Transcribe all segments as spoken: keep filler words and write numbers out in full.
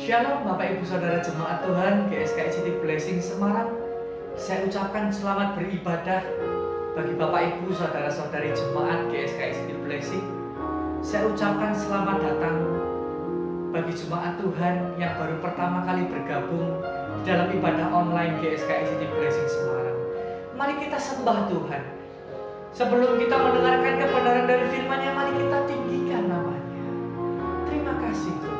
Shalom Bapak Ibu Saudara Jemaat Tuhan G S K I City Blessing Semarang. Saya ucapkan selamat beribadah bagi Bapak Ibu Saudara-saudari Jemaat G S K I City Blessing. Saya ucapkan selamat datang bagi Jemaat Tuhan yang baru pertama kali bergabung di dalam ibadah online G S K I City Blessing Semarang. Mari kita sembah Tuhan. Sebelum kita mendengarkan kebenaran dari firman-Nya, mari kita tinggikan namanya. Terima kasih Tuhan.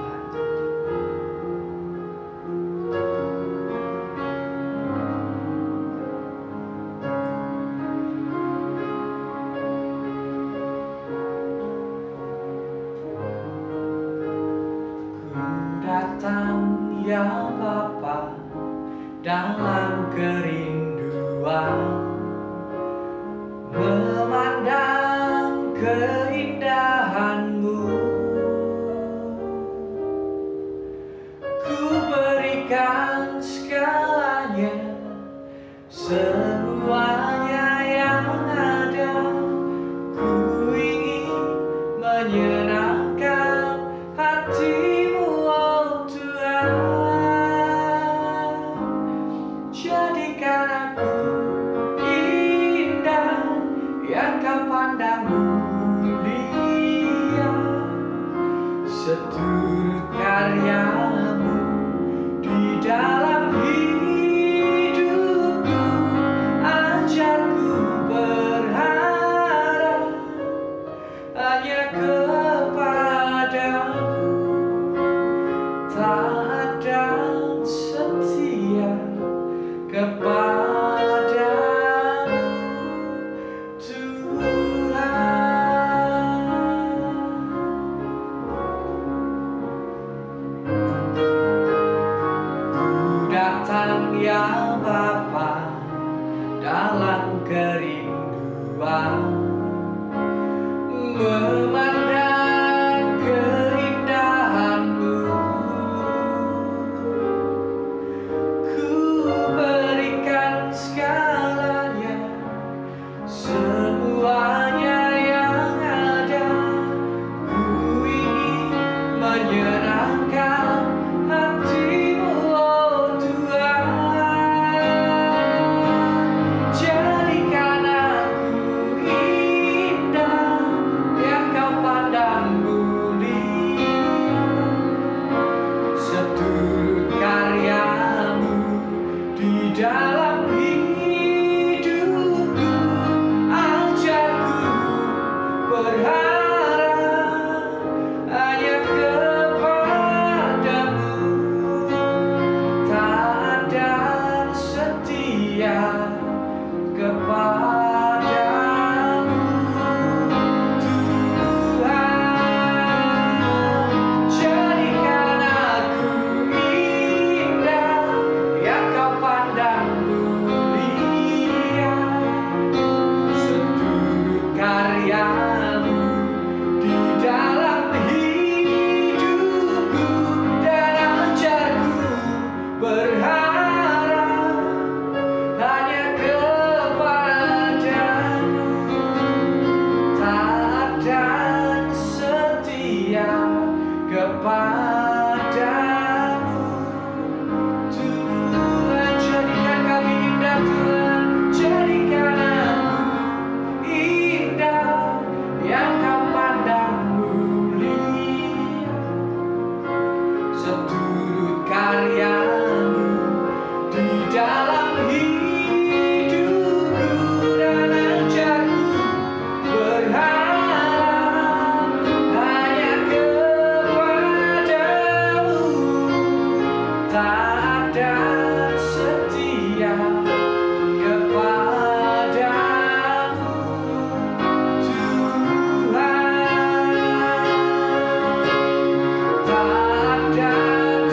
Ya Bapa, dalam kerinduan memandang keindahan-Mu, ku berikan segalanya, semuanya yang ada. Ku ingin menyenangkan hati-Mu, oh Tuhan. Jadikan aku indah yang Kau pandang mulia, seturut karya-Mu di dalam hidupku. Ajarku berharap hanya kepada-Mu, taat dan setia kepada-Mu, Tuhan. Ku datang ya Bapa dalam kerinduan memandang keindahan-Mu. Ku berikan segalanya, semuanya yang ada. Ku ingin menyenangkan hati-Mu, oh Tuhan. Jadikan aku indah yang Kau pandang mulia, seturut karya-Mu di dalam hidupku. Ajarku berharap hanya kepada-Mu, taat dan setia kepada-Mu, Tuhan. Jadikan aku indah yang Kau pandang mulia, seturut karya-Mu di dalam hidupku. Dan ajarku berharap hanya kepada-Mu, taat dan setia kepada-Mu, Tuhan. Jadikan kami indah Tuhan, jadikan aku indah yang Kau pandang mulia, seturut karya-Mu di dalam hidupku. Dan ajarku berharap hanya kepada-Mu, taat dan setia kepada-Mu, Tuhan. Taat dan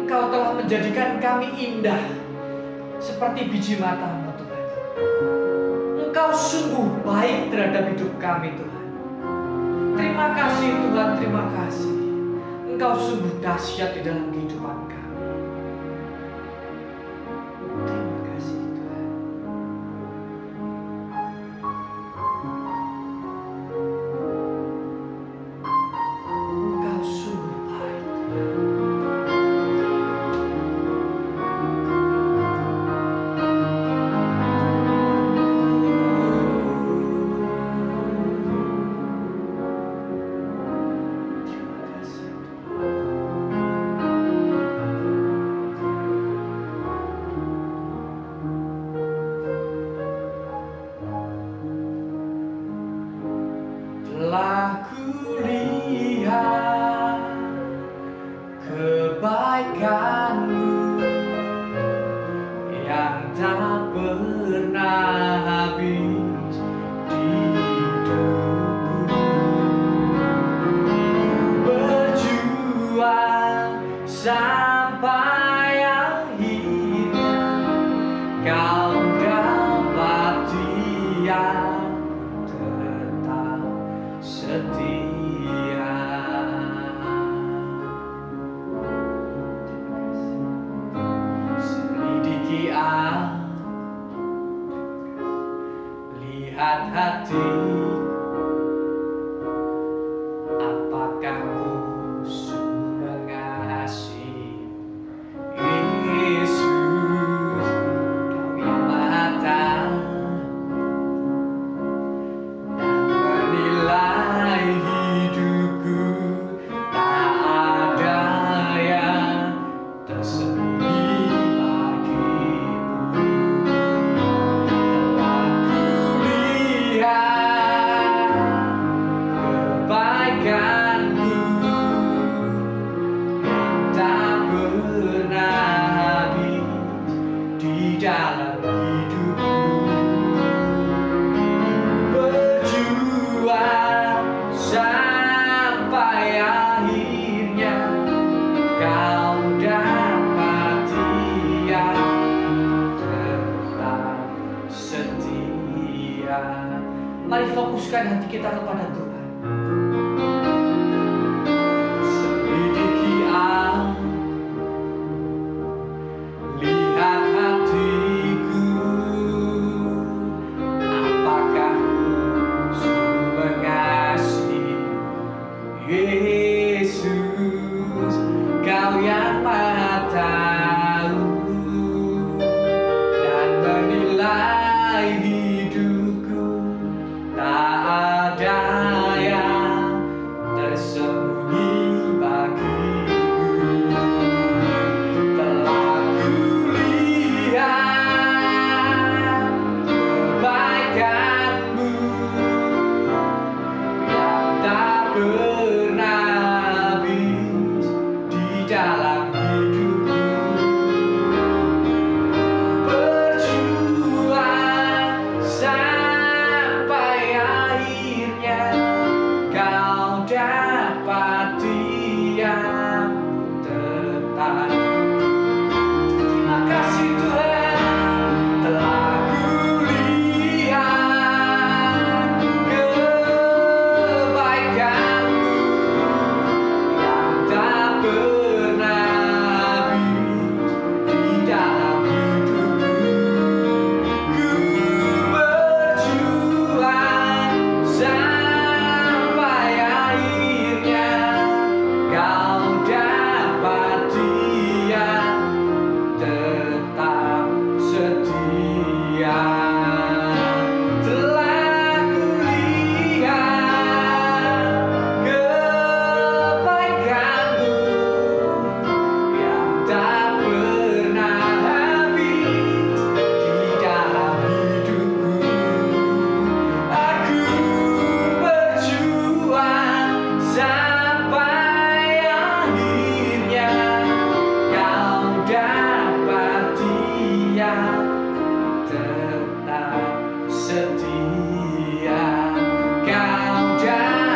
Engkau telah menjadikan kami indah seperti biji mata-Mu, Tuhan. Engkau sungguh baik terhadap hidup kami, Tuhan. Terima kasih Tuhan, terima kasih. Engkau sungguh dahsyat di dalam kehidupan kami. Terima kasih Tuhan. Engkau sungguh baik, Tuhan. Telah kulihat kebaikan-Mu yang tak pernah habis di hidupku. Berjuang sampai akhirnya Kau dapati aku tetap setia. Selidiki aku, lihat hatiku, apakah ku sungguh mengasihi Yesus. Kau yang Maha Tahu dan menilai hidupku, tak ada yang tersembunyi bagimu. Telah kulihat kebaikan-Mu yang tak pernah habis di dalam hidupku. Berjuang sampai akhirnya Kau dapati aku tetap setia. Mari fokuskan hati kita kepada Tuhan. Selidiki aku, lihat hatiku, apakah ku sungguh mengasihi Yesus. Kau yang Maha Tahu dan menilai hidupku, tak ada yang tersembunyi bagimu. Telah kulihat kebaikan-Mu yang tak pernah habis di dalam hidupku. Berjuang sampai akhirnya Kau dapati aku tetap. Terima kasih Tuhan. Telah kulihat kebaikan-Mu yang tak pernah habis di dalam hidupku. Ku berjuang sampai akhirnya Kau dapati aku tetap setia. Telah kulihat kebaikan-Mu yang tak pernah habis di dalam hidupku. Aku berjuang sampai akhirnya Kau dapati aku tetap setia. Kau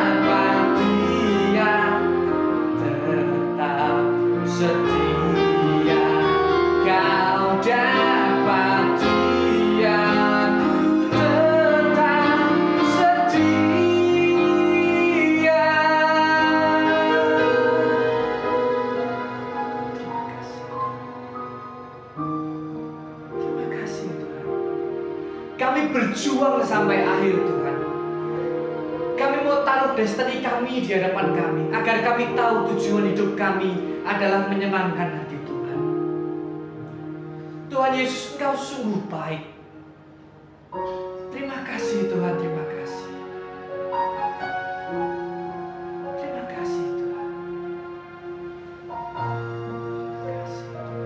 dapati aku tetap setia. Kami berjuang sampai akhir Tuhan. Kami mau taruh destiny kami di hadapan kami, agar kami tahu tujuan hidup kami adalah menyenangkan hati Tuhan. Tuhan Yesus, Engkau sungguh baik. Terima kasih Tuhan, terima kasih. Terima kasih Tuhan. Terima kasih Tuhan.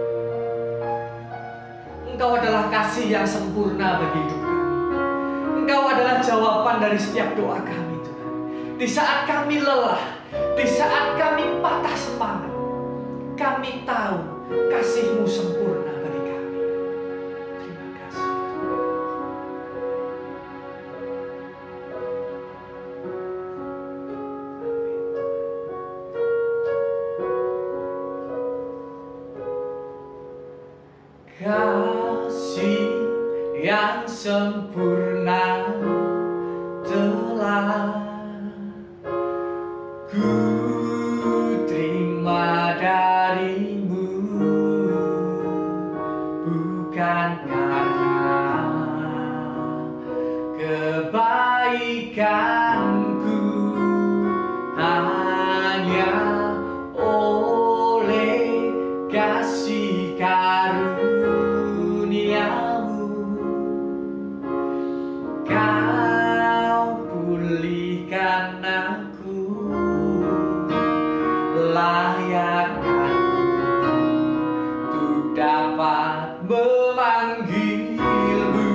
Engkau adalah kasih yang sempurna bagi hidup kami. Engkau adalah jawaban dari setiap doa kami Tuhan. Di saat kami lelah, di saat kami patah semangat, kami tahu kasih-Mu sempurna bagi kami. Terima kasih Tuhan. Kasih yang sempurna telah ku terima dari-Mu, bukan karena kebaikanku, hanya oleh kasih karunia-Mu. Kau pulihkan aku, layakkan untuk dapat memanggil-Mu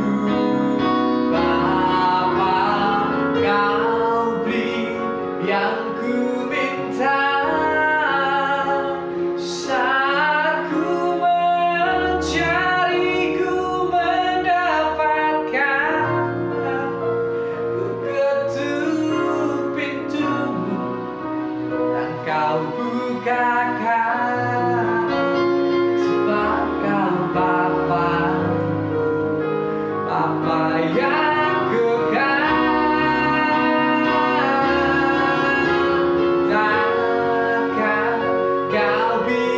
Bapa. Kau beri yang ku minta saat ku mencari, ku mendapatkan. Ku ketuk pintu-Mu dan Kau bukakan, sebab Kau Bapa-Ku, Bapa yang kekal. Takkan Kau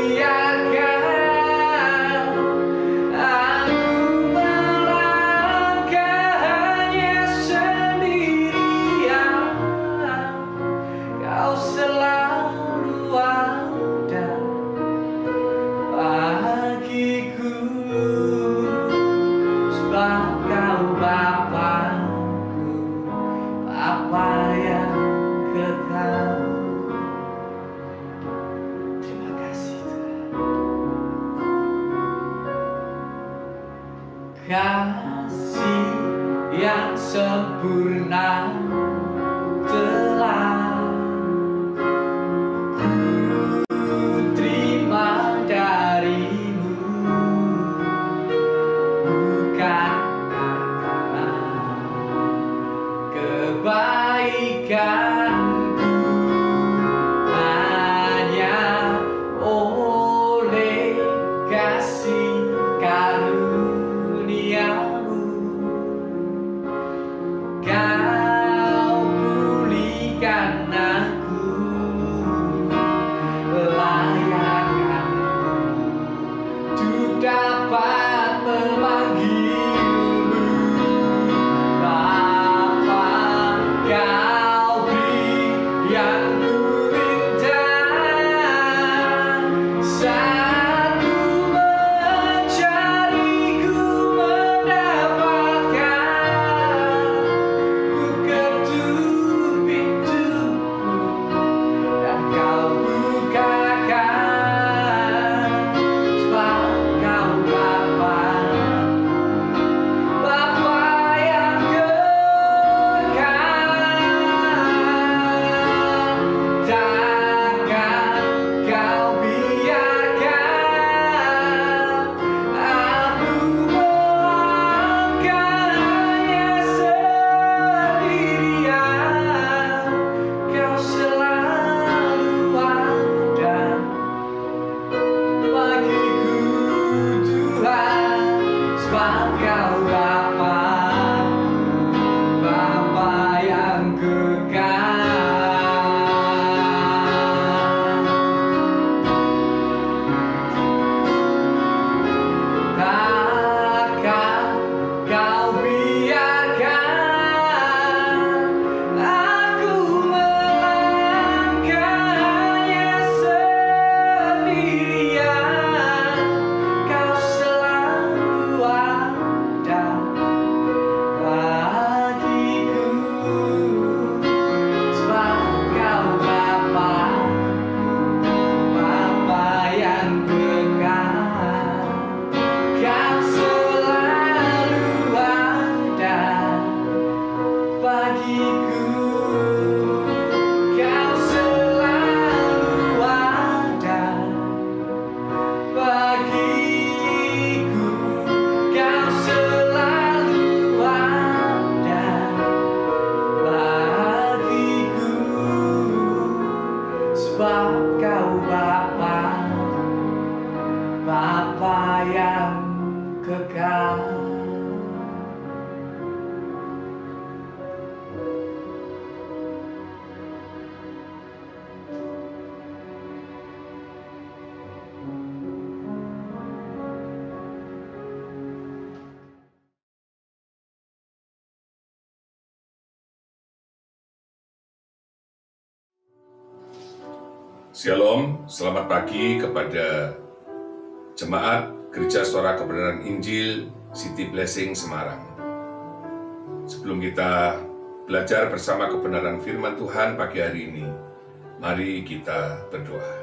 biarkan aku melangkah hanya sendirian. Kau selalu ada bagiku, sebab Kau Bapa-Ku, Bapa yang kekal. Terima kasih Tuhan. Kasih yang sempurna telah ku terima dari-Mu, bukan karena kebaikanku, hanya oleh kasih karunia-Mu. Kau Bapa yang kekal. Shalom, selamat pagi kepada Jemaat Gereja Suara Kebenaran Injil City Blessing Semarang. Sebelum kita belajar bersama kebenaran firman Tuhan pagi hari ini, mari kita berdoa.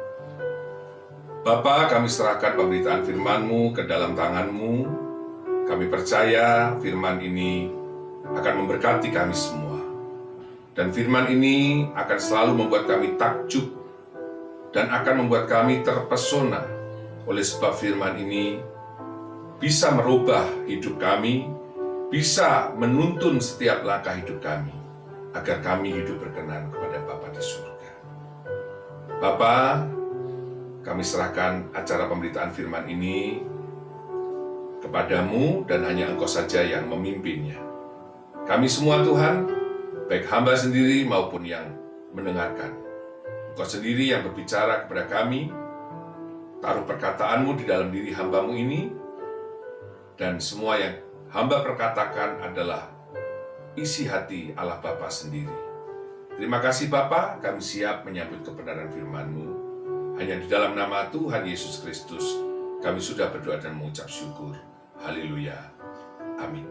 Bapa, kami serahkan pemberitaan firman-Mu ke dalam tangan-Mu. Kami percaya firman ini akan memberkati kami semua. Dan firman ini akan selalu membuat kami takjub dan akan membuat kami terpesona oleh sebab firman ini bisa merubah hidup kami, bisa menuntun setiap langkah hidup kami, agar kami hidup berkenan kepada Bapa di surga. Bapa, kami serahkan acara pemberitaan firman ini kepadamu dan hanya Engkau saja yang memimpinnya. Kami semua Tuhan, baik hamba sendiri maupun yang mendengarkan, Engkau sendiri yang berbicara kepada kami, taruh perkataan-Mu di dalam diri hamba-Mu ini, dan semua yang hamba perkatakan adalah isi hati Allah Bapa sendiri. Terima kasih Bapa, kami siap menyambut kebenaran firman-Mu. Hanya di dalam nama Tuhan Yesus Kristus, kami sudah berdoa dan mengucap syukur. Haleluya. Amin.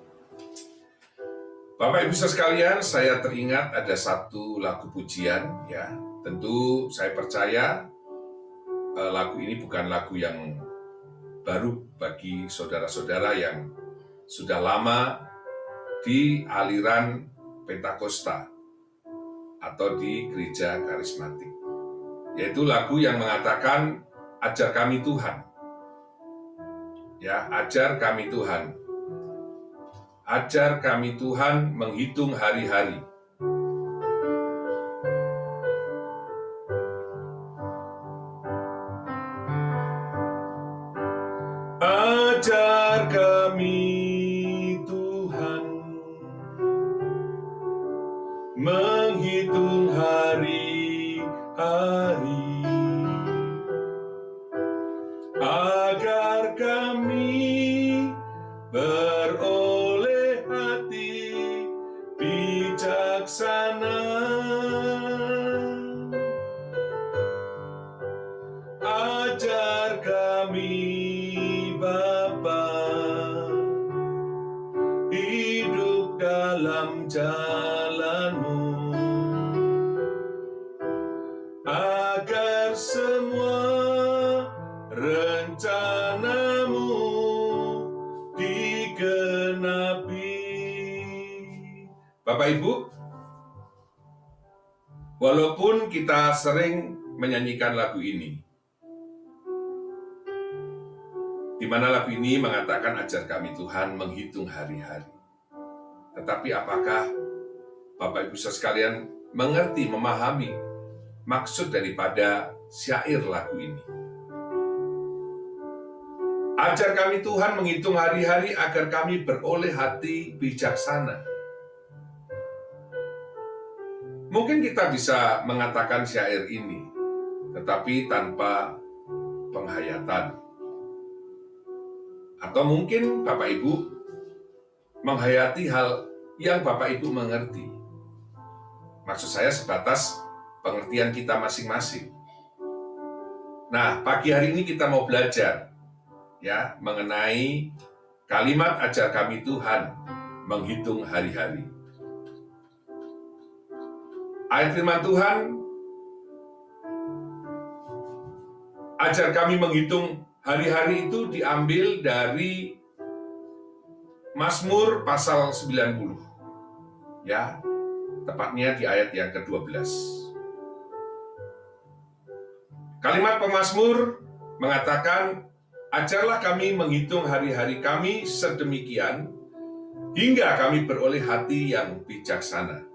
Bapak Ibu sekalian, saya teringat ada satu lagu pujian, ya. Tentu saya percaya eh, lagu ini bukan lagu yang baru bagi saudara-saudara yang sudah lama di aliran Pentakosta atau di gereja karismatik. Yaitu lagu yang mengatakan, ajar kami Tuhan. Ya, ajar kami Tuhan. Ajar kami Tuhan menghitung hari-hari. Ajar kami Tuhan menghitung hari-hari, agar kami beroleh hati bijaksana. Ajar kami Bapa hidup dalam jalan-Mu, agar semua rencana-Mu digenapi. Bapak Ibu, walaupun kita sering menyanyikan lagu ini, di mana lagu ini mengatakan ajar kami Tuhan menghitung hari-hari. Tetapi apakah Bapak Ibu sekalian mengerti, memahami maksud daripada syair lagu ini? Ajar kami Tuhan menghitung hari-hari agar kami beroleh hati bijaksana. Mungkin kita bisa mengatakan syair ini, tetapi tanpa penghayatan. Atau mungkin Bapak Ibu menghayati hal yang Bapak Ibu mengerti. Maksud saya sebatas pengertian kita masing-masing. Nah, pagi hari ini kita mau belajar ya mengenai kalimat ajar kami Tuhan menghitung hari-hari. Ayat firman Tuhan, ajar kami menghitung hari-hari itu diambil dari Mazmur pasal sembilan puluh. Ya, tepatnya di ayat yang kedua belas. Kalimat pemazmur mengatakan, ajarlah kami menghitung hari-hari kami sedemikian, hingga kami beroleh hati yang bijaksana.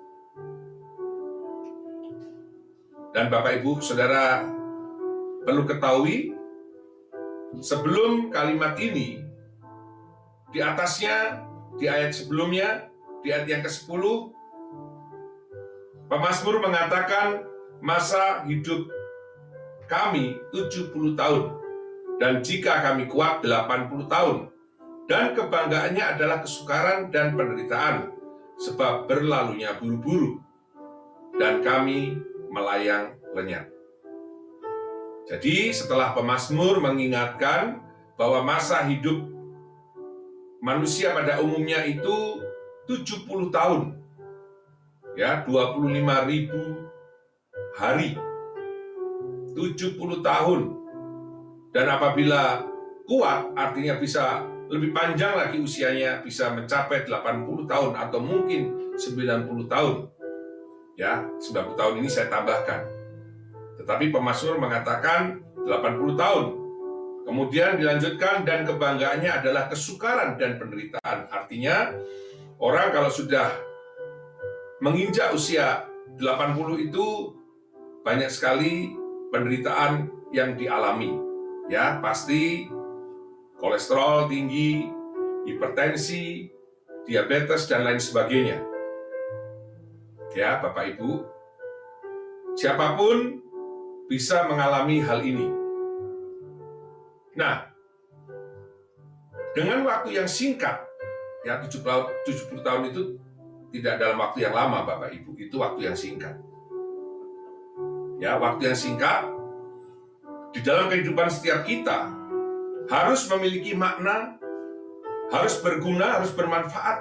Dan Bapak Ibu Saudara perlu ketahui, sebelum kalimat ini, di atasnya, di ayat sebelumnya, di ayat yang kesepuluh, pemazmur mengatakan masa hidup kami tujuh puluh tahun, dan jika kami kuat delapan puluh tahun, dan kebanggaannya adalah kesukaran dan penderitaan, sebab berlalunya buru-buru, dan kami melayang lenyap. Jadi setelah pemazmur mengingatkan bahwa masa hidup manusia pada umumnya itu tujuh puluh tahun, ya, dua puluh lima ribu hari, tujuh puluh tahun. Dan apabila kuat, artinya bisa lebih panjang lagi usianya, bisa mencapai delapan puluh tahun atau mungkin sembilan puluh tahun. Ya, sembilan puluh tahun ini saya tambahkan. Tetapi pemazmur mengatakan delapan puluh tahun. Kemudian dilanjutkan, dan kebanggaannya adalah kesukaran dan penderitaan. Artinya, orang kalau sudah menginjak usia delapan puluh itu banyak sekali penderitaan yang dialami. Ya, pasti kolesterol tinggi, hipertensi, diabetes, dan lain sebagainya. Ya, Bapak Ibu, siapapun bisa mengalami hal ini. Nah, dengan waktu yang singkat, ya tujuh puluh tahun itu tidak dalam waktu yang lama, Bapak Ibu, itu waktu yang singkat. Ya, waktu yang singkat di dalam kehidupan setiap kita harus memiliki makna, harus berguna, harus bermanfaat.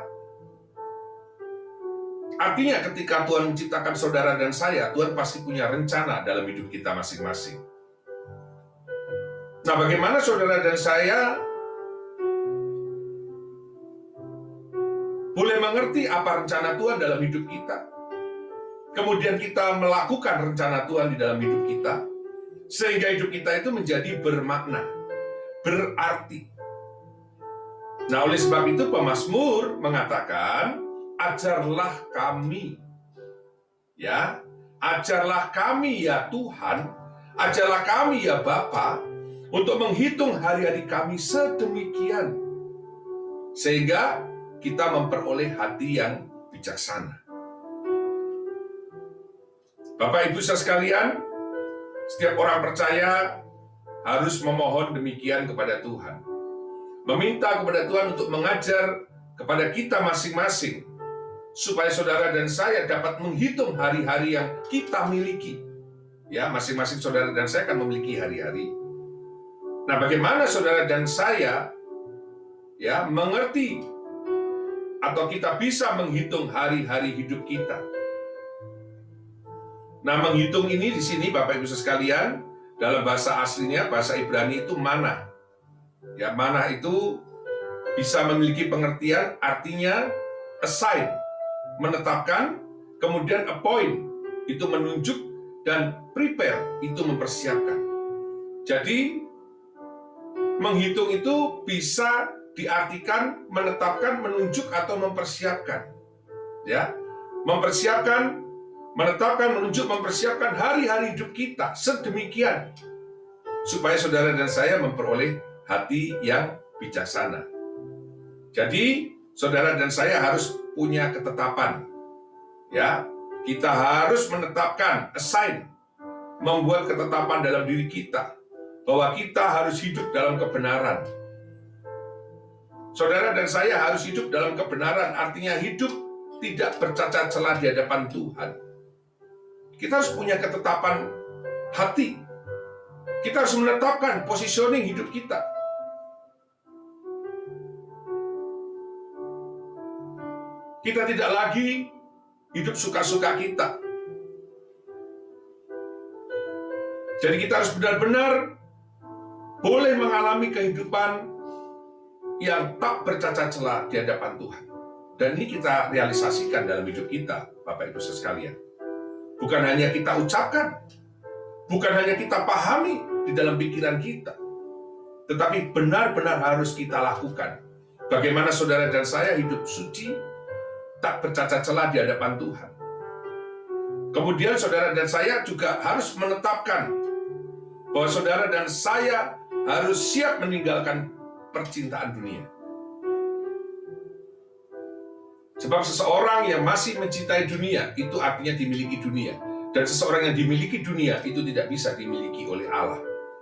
Artinya ketika Tuhan menciptakan saudara dan saya, Tuhan pasti punya rencana dalam hidup kita masing-masing. Nah, bagaimana saudara dan saya boleh mengerti apa rencana Tuhan dalam hidup kita? Kemudian kita melakukan rencana Tuhan di dalam hidup kita, sehingga hidup kita itu menjadi bermakna, berarti. Nah, oleh sebab itu pemazmur mengatakan, ajarlah kami, ya, ajarlah kami ya Tuhan, ajarlah kami ya Bapa, untuk menghitung hari-hari kami sedemikian, sehingga kita memperoleh hati yang bijaksana. Bapak Ibu saudara sekalian, setiap orang percaya harus memohon demikian kepada Tuhan. Meminta kepada Tuhan untuk mengajar kepada kita masing-masing, supaya saudara dan saya dapat menghitung hari-hari yang kita miliki. Ya, masing-masing saudara dan saya akan memiliki hari-hari. Nah, bagaimana saudara dan saya ya mengerti atau kita bisa menghitung hari-hari hidup kita? Nah, menghitung ini di sini Bapak Ibu sekalian, dalam bahasa aslinya, bahasa Ibrani itu mana. Ya, mana itu bisa memiliki pengertian, artinya assign, menetapkan, kemudian appoint, itu menunjuk, dan prepare, itu mempersiapkan. Jadi, menghitung itu bisa diartikan menetapkan, menunjuk, atau mempersiapkan. Ya, mempersiapkan, menetapkan, menunjuk, mempersiapkan hari-hari hidup kita sedemikian supaya saudara dan saya memperoleh hati yang bijaksana. Jadi, saudara dan saya harus punya ketetapan. Ya, kita harus menetapkan, assign, membuat ketetapan dalam diri kita bahwa kita harus hidup dalam kebenaran. Saudara dan saya harus hidup dalam kebenaran, artinya hidup tidak bercacat celah di hadapan Tuhan. Kita harus punya ketetapan hati. Kita harus menetapkan positioning hidup kita. Kita tidak lagi hidup suka-suka kita. Jadi kita harus benar-benar boleh mengalami kehidupan yang tak bercacat celah di hadapan Tuhan. Dan ini kita realisasikan dalam hidup kita, Bapak Ibu sekalian. Bukan hanya kita ucapkan, bukan hanya kita pahami di dalam pikiran kita, tetapi benar-benar harus kita lakukan. Bagaimana saudara dan saya hidup suci, tak bercacat celah di hadapan Tuhan. Kemudian saudara dan saya juga harus menetapkan bahwa saudara dan saya harus siap meninggalkan percintaan dunia. Sebab seseorang yang masih mencintai dunia, itu artinya dimiliki dunia. Dan seseorang yang dimiliki dunia, itu tidak bisa dimiliki oleh Allah.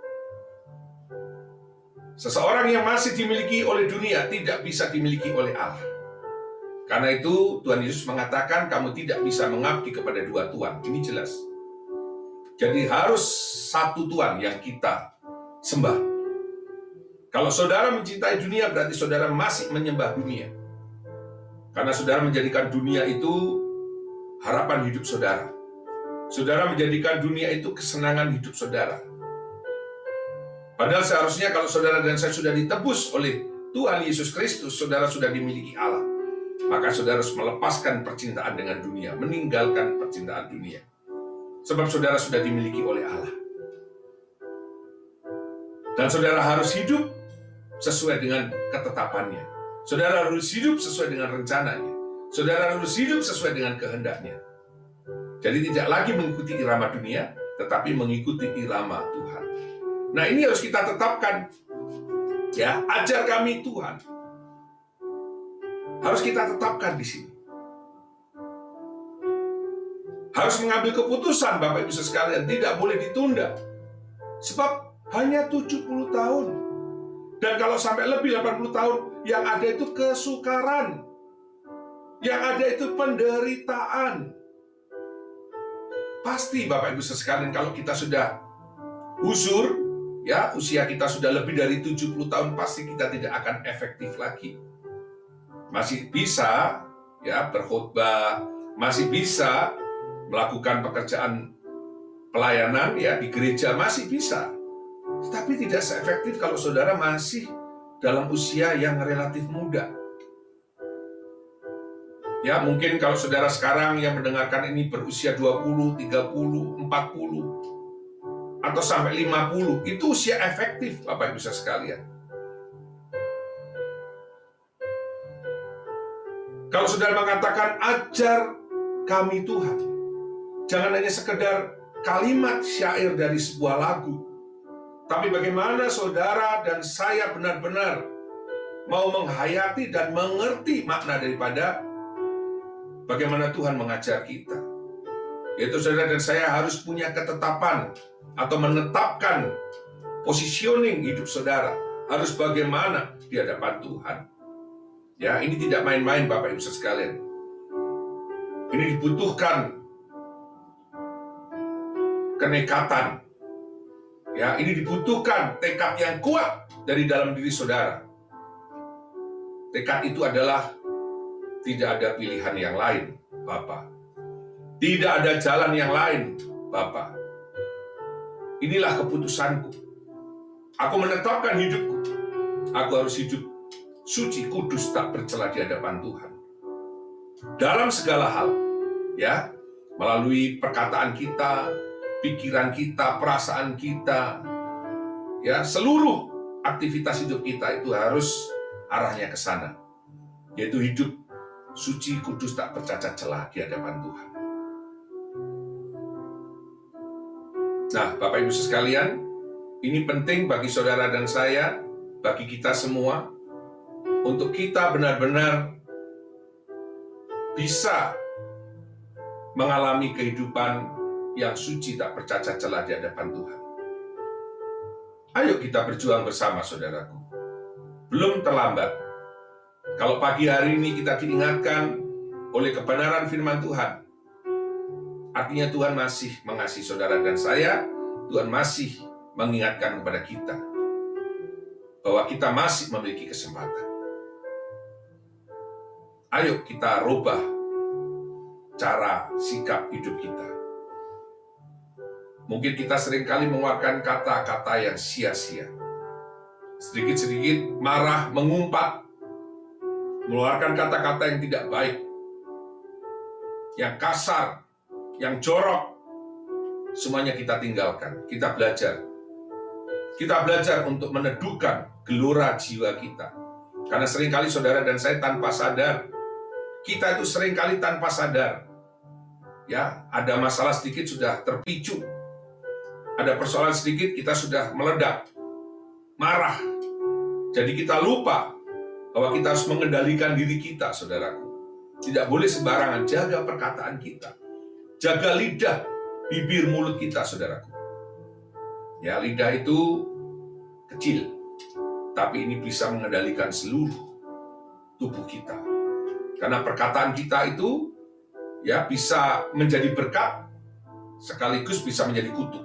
Seseorang yang masih dimiliki oleh dunia, tidak bisa dimiliki oleh Allah. Karena itu, Tuhan Yesus mengatakan, kamu tidak bisa mengabdi kepada dua Tuhan. Ini jelas. Jadi harus satu Tuhan yang kita sembah. Kalau saudara mencintai dunia, berarti saudara masih menyembah dunia. Karena saudara menjadikan dunia itu harapan hidup saudara. Saudara menjadikan dunia itu kesenangan hidup saudara. Padahal seharusnya kalau saudara dan saya sudah ditebus oleh Tuhan Yesus Kristus, saudara sudah dimiliki Allah. Maka saudara harus melepaskan percintaan dengan dunia, meninggalkan percintaan dunia. Sebab saudara sudah dimiliki oleh Allah. Dan saudara harus hidup sesuai dengan ketetapannya. Saudara harus hidup sesuai dengan rencananya. Saudara harus hidup sesuai dengan kehendaknya. Jadi tidak lagi mengikuti irama dunia, tetapi mengikuti irama Tuhan. Nah, ini harus kita tetapkan. Ya, ajar kami Tuhan. Harus kita tetapkan di sini. Harus mengambil keputusan, Bapak Ibu sekalian, tidak boleh ditunda. Sebab hanya tujuh puluh tahun. Dan kalau sampai lebih delapan puluh tahun, yang ada itu kesukaran. Yang ada itu penderitaan. Pasti Bapak Ibu sekalian, kalau kita sudah usur, ya usia kita sudah lebih dari tujuh puluh tahun, pasti kita tidak akan efektif lagi. Masih bisa ya berkhotbah, masih bisa melakukan pekerjaan pelayanan ya di gereja, masih bisa. Tetapi tidak seefektif kalau saudara masih dalam usia yang relatif muda. Ya, mungkin kalau saudara sekarang yang mendengarkan ini berusia dua puluh, tiga puluh, empat puluh, atau sampai lima puluh, itu usia efektif, Bapak Ibu sekalian. Kalau saudara mengatakan, ajar kami Tuhan, jangan hanya sekedar kalimat syair dari sebuah lagu, tapi bagaimana saudara dan saya benar-benar mau menghayati dan mengerti makna daripada bagaimana Tuhan mengajar kita. Yaitu saudara dan saya harus punya ketetapan atau menetapkan positioning hidup saudara. Harus bagaimana di hadapan Tuhan. Ya, ini tidak main-main Bapak Ibu sekalian. Ini dibutuhkan kenekatan. Ya, ini dibutuhkan tekad yang kuat dari dalam diri saudara. Tekad itu adalah tidak ada pilihan yang lain, Bapak. Tidak ada jalan yang lain, Bapak. Inilah keputusanku. Aku menetapkan hidupku. Aku harus hidup suci, kudus, tak bercela di hadapan Tuhan. Dalam segala hal, ya, melalui perkataan kita, pikiran kita, perasaan kita, ya, seluruh aktivitas hidup kita itu harus arahnya ke sana, yaitu hidup suci, kudus, tak bercacat celah di hadapan Tuhan. Nah, Bapak Ibu sekalian, ini penting bagi saudara dan saya, bagi kita semua, untuk kita benar-benar bisa mengalami kehidupan yang suci tak bercacat celah di hadapan Tuhan. Ayo kita berjuang bersama, saudaraku. Belum terlambat. Kalau pagi hari ini kita diingatkan oleh kebenaran firman Tuhan, artinya Tuhan masih mengasihi saudara dan saya. Tuhan masih mengingatkan kepada kita bahwa kita masih memiliki kesempatan. Ayo kita rubah cara sikap hidup kita. Mungkin kita seringkali mengeluarkan kata-kata yang sia-sia. Sedikit-sedikit marah, mengumpat. Mengeluarkan kata-kata yang tidak baik. Yang kasar, yang jorok. Semuanya kita tinggalkan. Kita belajar. Kita belajar untuk meneduhkan gelora jiwa kita. Karena seringkali saudara dan saya tanpa sadar. Kita itu seringkali tanpa sadar. Ya, ada masalah sedikit sudah terpicu. Ada persoalan sedikit, kita sudah meledak. marah. Jadi kita lupa bahwa kita harus mengendalikan diri kita, saudaraku. Tidak boleh sembarangan, jaga perkataan kita. Jaga lidah, bibir, mulut kita, saudaraku. Ya, lidah itu kecil, tapi ini bisa mengendalikan seluruh tubuh kita. Karena perkataan kita itu ya bisa menjadi berkat, sekaligus bisa menjadi kutuk.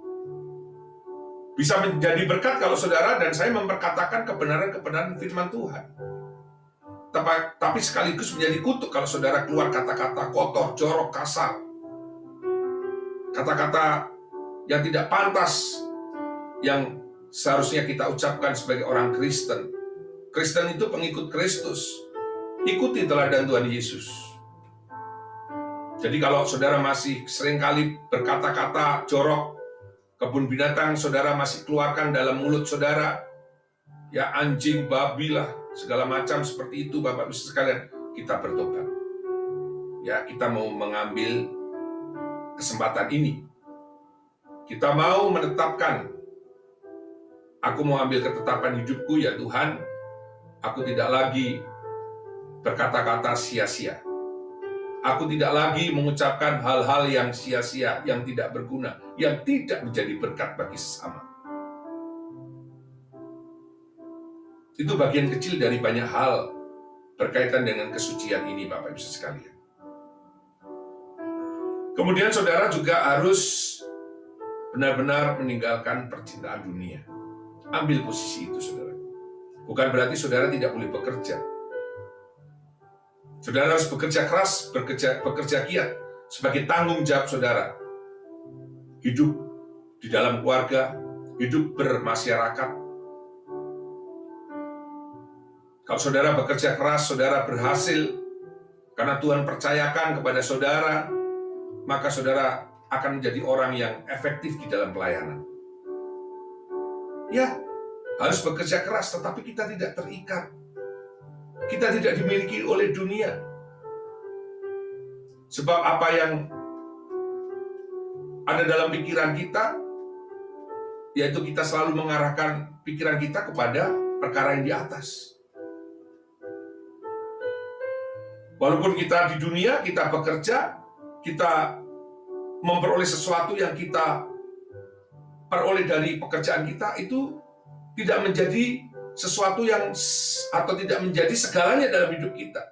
Bisa menjadi berkat kalau saudara dan saya memperkatakan kebenaran-kebenaran firman Tuhan. Tapi sekaligus menjadi kutuk kalau saudara keluar kata-kata kotor, jorok, kasar. Kata-kata yang tidak pantas yang seharusnya kita ucapkan sebagai orang Kristen. Kristen itu pengikut Kristus. Ikuti teladan Tuhan Yesus. Jadi kalau saudara masih seringkali berkata-kata jorok, kebun binatang saudara masih keluarkan dalam mulut saudara, ya anjing, babi lah, segala macam seperti itu, Bapak Ibu sekalian, kita bertobat. Ya, kita mau mengambil kesempatan ini. Kita mau menetapkan, aku mau ambil ketetapan hidupku, ya Tuhan, aku tidak lagi berkata-kata sia-sia. Aku tidak lagi mengucapkan hal-hal yang sia-sia, yang tidak berguna, yang tidak menjadi berkat bagi sesama. Itu bagian kecil dari banyak hal berkaitan dengan kesucian ini, Bapak Ibu sekalian. Kemudian saudara juga harus benar-benar meninggalkan percintaan dunia. Ambil posisi itu, saudara. Bukan berarti saudara tidak boleh bekerja. Saudara harus bekerja keras, bekerja, bekerja giat sebagai tanggung jawab saudara. Hidup di dalam keluarga, hidup bermasyarakat. Kalau saudara bekerja keras, saudara berhasil, karena Tuhan percayakan kepada saudara, maka saudara akan menjadi orang yang efektif di dalam pelayanan. Ya, harus bekerja keras, tetapi kita tidak terikat. Kita tidak dimiliki oleh dunia. Sebab apa yang ada dalam pikiran kita, yaitu kita selalu mengarahkan pikiran kita kepada perkara yang di atas. Walaupun kita di dunia, kita bekerja, kita memperoleh sesuatu yang kita peroleh dari pekerjaan kita, itu tidak menjadi sesuatu yang atau tidak menjadi segalanya dalam hidup kita.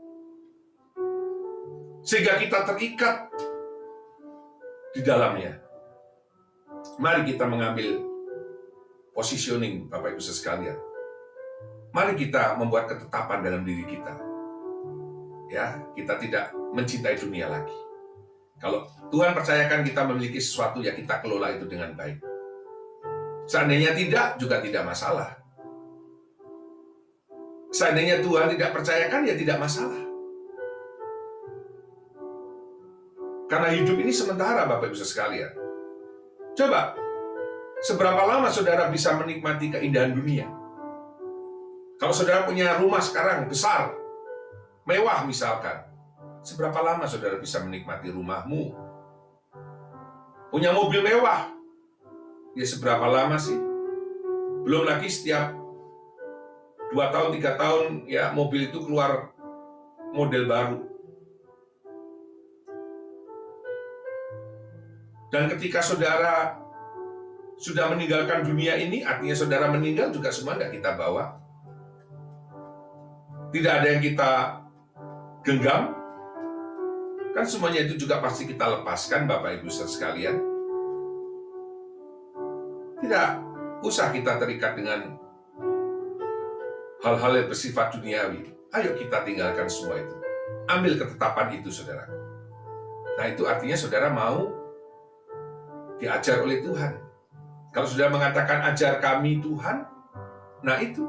Sehingga kita terikat di dalamnya. Mari kita mengambil positioning, Bapak Ibu sekalian. Mari kita membuat ketetapan dalam diri kita. Ya, kita tidak mencintai dunia lagi. Kalau Tuhan percayakan kita memiliki sesuatu, ya kita kelola itu dengan baik. Seandainya tidak, juga tidak masalah. Seandainya Tuhan tidak percayakan, ya tidak masalah. Karena hidup ini sementara, Bapak Ibu sekalian. Coba, seberapa lama saudara bisa menikmati keindahan dunia? Kalau saudara punya rumah sekarang besar, mewah misalkan, seberapa lama saudara bisa menikmati rumahmu? Punya mobil mewah, ya seberapa lama sih? Belum lagi setiap dua tahun, tiga tahun, ya mobil itu keluar model baru. Dan ketika saudara sudah meninggalkan dunia ini, artinya saudara meninggal juga semua tidak kita bawa. Tidak ada yang kita genggam. Kan semuanya itu juga pasti kita lepaskan, Bapak Ibu sekalian. Tidak usah kita terikat dengan hal-hal yang bersifat duniawi. Ayo kita tinggalkan semua itu. Ambil ketetapan itu, saudara. Nah, itu artinya saudara mau diajar oleh Tuhan. Kalau saudara mengatakan ajar kami Tuhan, nah itu.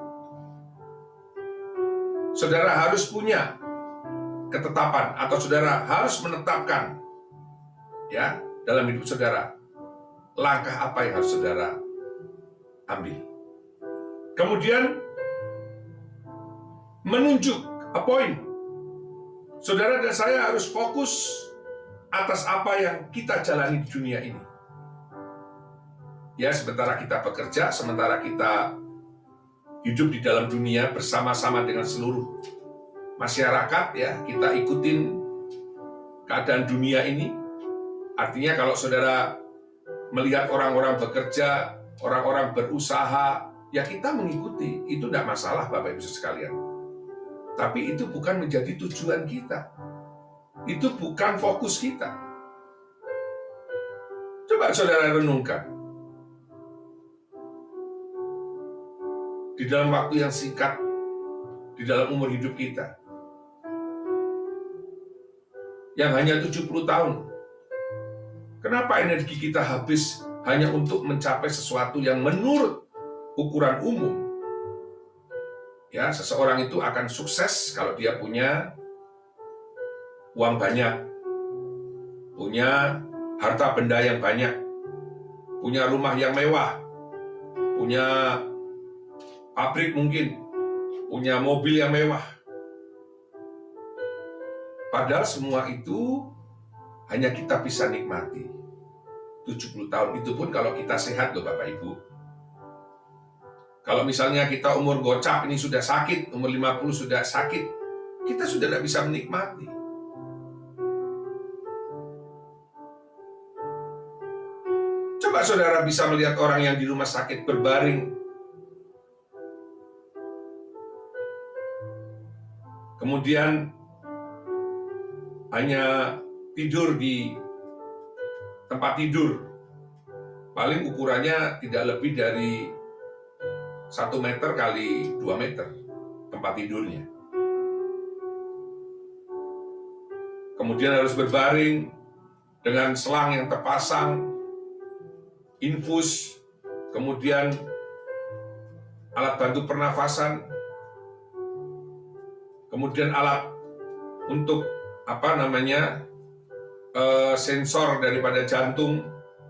Saudara harus punya ketetapan, atau saudara harus menetapkan ya dalam hidup saudara langkah apa yang harus saudara ambil. Kemudian menunjuk, appoint. Saudara dan saya harus fokus atas apa yang kita jalani di dunia ini. Ya, sementara kita bekerja, sementara kita hidup di dalam dunia bersama-sama dengan seluruh masyarakat, ya, kita ikutin keadaan dunia ini. Artinya kalau saudara melihat orang-orang bekerja, orang-orang berusaha, ya kita mengikuti. Itu tidak masalah Bapak Ibu sekalian. Tapi itu bukan menjadi tujuan kita. Itu bukan fokus kita. Coba saudara renungkan. Di dalam waktu yang singkat, di dalam umur hidup kita, yang hanya tujuh puluh tahun, kenapa energi kita habis hanya untuk mencapai sesuatu yang menurut ukuran umum? Ya, seseorang itu akan sukses kalau dia punya uang banyak, punya harta benda yang banyak, punya rumah yang mewah, punya pabrik mungkin, punya mobil yang mewah. Padahal semua itu hanya kita bisa nikmati. tujuh puluh tahun itu pun kalau kita sehat loh Bapak Ibu. Kalau misalnya kita umur gocap ini sudah sakit, umur lima puluh sudah sakit, kita sudah tidak bisa menikmati. Coba saudara bisa melihat orang yang di rumah sakit berbaring, kemudian hanya tidur di tempat tidur, paling ukurannya tidak lebih dari satu meter kali dua meter tempat tidurnya. Kemudian harus berbaring dengan selang yang terpasang, infus, kemudian alat bantu pernafasan, kemudian alat untuk apa namanya uh, sensor daripada jantung.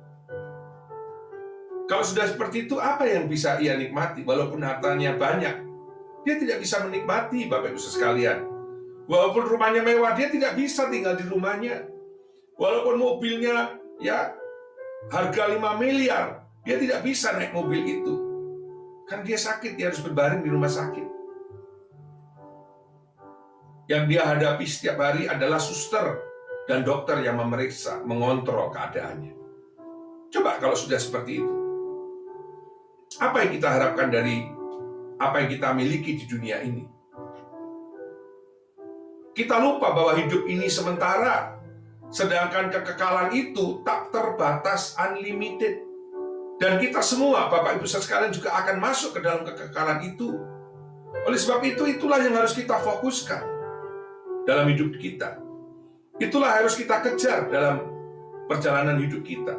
Kalau sudah seperti itu, apa yang bisa ia nikmati? Walaupun hartanya banyak, dia tidak bisa menikmati, Bapak Ibu sekalian. Walaupun rumahnya mewah, dia tidak bisa tinggal di rumahnya. Walaupun mobilnya ya harga lima miliar, dia tidak bisa naik mobil itu. Kan dia sakit, dia harus berbaring di rumah sakit. Yang dia hadapi setiap hari adalah suster dan dokter yang memeriksa, mengontrol keadaannya. Coba kalau sudah seperti itu, apa yang kita harapkan dari apa yang kita miliki di dunia ini? Kita lupa bahwa hidup ini sementara, sedangkan kekekalan itu tak terbatas, unlimited. Dan kita semua, Bapak Ibu sekalian, juga akan masuk ke dalam kekekalan itu. Oleh sebab itu, itulah yang harus kita fokuskan dalam hidup kita. Itulah harus kita kejar dalam perjalanan hidup kita.